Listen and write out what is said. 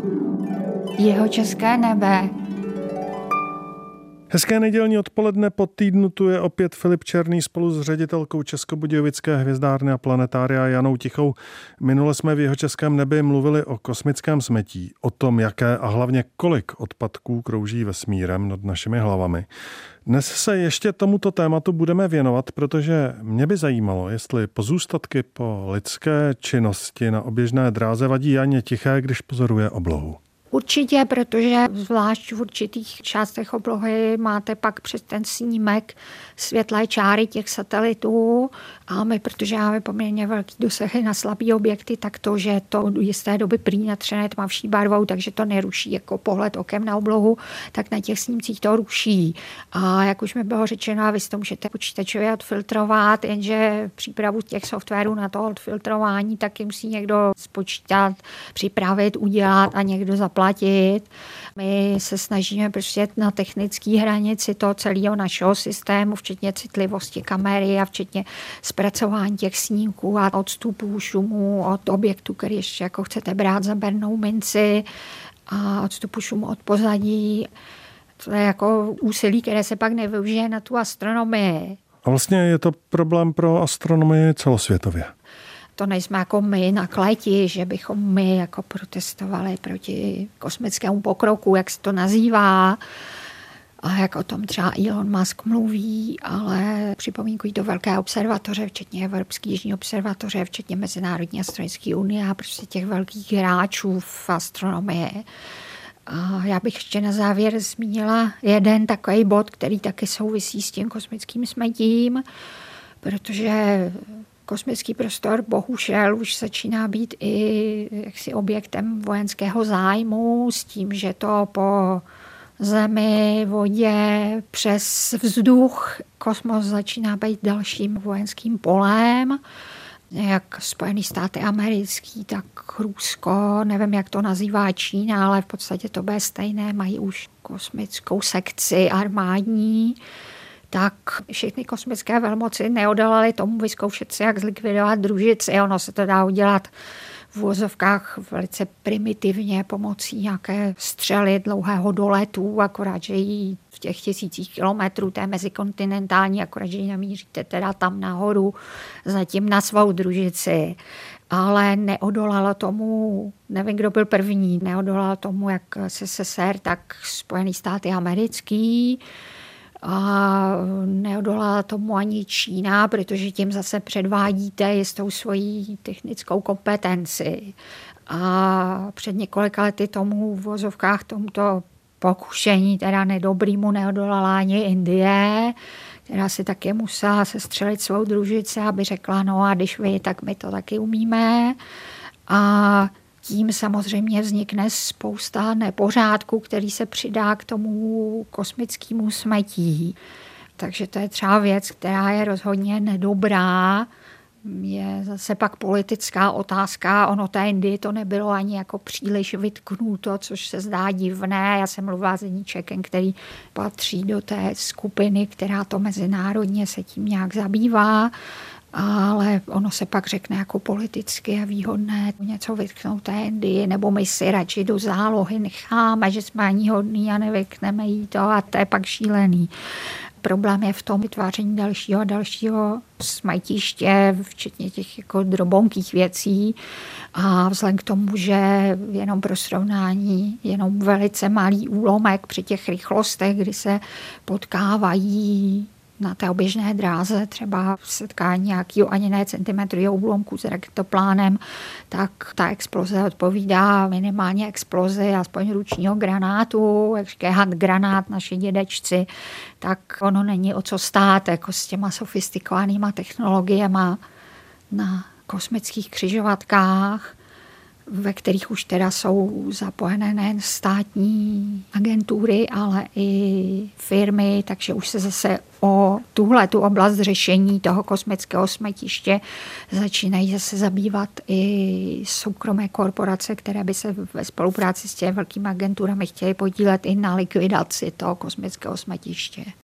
Jihočeské nebe. Hezké nedělní odpoledne, po týdnu tu je opět Filip Černý spolu s ředitelkou Českobudějovické hvězdárny a planetária Janou Tichou. Minule jsme v Jihočeském nebi mluvili o kosmickém smetí, o tom, jaké a hlavně kolik odpadků krouží vesmírem nad našimi hlavami. Dnes se ještě tomuto tématu budeme věnovat, protože mě by zajímalo, jestli pozůstatky po lidské činnosti na oběžné dráze vadí Janě Tiché, když pozoruje oblohu. Určitě, protože zvlášť v určitých částech oblohy máte pak přes ten snímek světlé čáry těch satelitů a my, protože máme poměrně velký dosahy na slabý objekty, tak to, že to do jisté doby prý natřené tmavší barvou, takže to neruší jako pohled okem na oblohu, tak na těch snímcích to ruší. A jak už mi bylo řečeno, vy si to můžete počítačově odfiltrovat, jenže přípravu těch softwarů na to odfiltrování taky musí někdo spočítat, připravit, udělat a někdo zaplatit. My se snažíme prostě na technické hranici toho celého našeho systému, včetně citlivosti kamery a včetně zpracování těch snímků a odstupů šumů od objektu, který ještě jako chcete brát za bernou minci a odstupu šumu od pozadí. To je jako úsilí, které se pak nevyužije na tu astronomii. A vlastně je to problém pro astronomii celosvětově. To nejsme jako my na kleti, že bychom my jako protestovali proti kosmickému pokroku, jak se to nazývá. A jak o tom třeba Elon Musk mluví, ale připomínkují to velké observatoře, včetně Evropské jižní observatoře, včetně Mezinárodní astronomické unie a prostě těch velkých hráčů v astronomii. A já bych ještě na závěr zmínila jeden takový bod, který taky souvisí s tím kosmickým smetím, protože kosmický prostor bohužel už začíná být i jaksi objektem vojenského zájmu s tím, že to po zemi, vodě, přes vzduch kosmos začíná být dalším vojenským polem. Jak Spojené státy americký, tak Rusko, nevím, jak to nazývá Čína, ale v podstatě to bude stejné, mají už kosmickou sekci armádní. Tak všechny kosmické velmoci neodolaly tomu vyzkoušet si, jak zlikvidovat družici. Ono se to dá udělat v uvozovkách velice primitivně pomocí nějaké střely dlouhého doletu, akorát, že ji v těch tisících kilometrů, té mezikontinentální, akorát, že ji namíříte teda tam nahoru, zatím na svou družici. Ale neodolalo tomu, nevím, kdo byl první, neodolalo tomu jak SSSR, tak Spojené státy americký. A neodolala tomu ani Čína, protože tím zase předvádíte jistou svojí technickou kompetenci. A před několika lety tomu v vozovkách tomuto pokušení, teda nedobrýmu, neodolala ani Indie, která si taky musela sestřelit svou družici, aby řekla, no a když vy, tak my to taky umíme. A tím samozřejmě vznikne spousta nepořádků, který se přidá k tomu kosmickému smetí. Takže to je třeba věc, která je rozhodně nedobrá. Je zase pak politická otázka. Ono té Indii to nebylo ani jako příliš vytknuto, což se zdá divné. Já jsem mluvila s jedním Čechem, který patří do té skupiny, která to mezinárodně se tím nějak zabývá. Ale ono se pak řekne jako politicky a výhodné něco vytknout té Indii, nebo my si radši do zálohy necháme, že jsme ani hodný a nevytkneme jí to a to je pak šílený. Problém je v tom vytváření dalšího a dalšího smetiště, včetně těch jako drobonkých věcí. A vzhledem k tomu, že jenom pro srovnání, jenom velice malý úlomek při těch rychlostech, kdy se potkávají na té oběžné dráze, třeba v setkání nějakého ani ne centimetrového úlomku s raketoplánem, tak ta exploze odpovídá minimálně explozi aspoň ručního granátu, jak říkají handgranát naši dědečci, tak ono není o co stát jako s těma sofistikovanýma technologiemi na kosmických křižovatkách, ve kterých už teda jsou zapojené nejen státní agentury, ale i firmy, takže už se zase o tu oblast řešení toho kosmického smetiště začínají zase zabývat i soukromé korporace, které by se ve spolupráci s těmi velkými agenturami chtěly podílet i na likvidaci toho kosmického smetiště.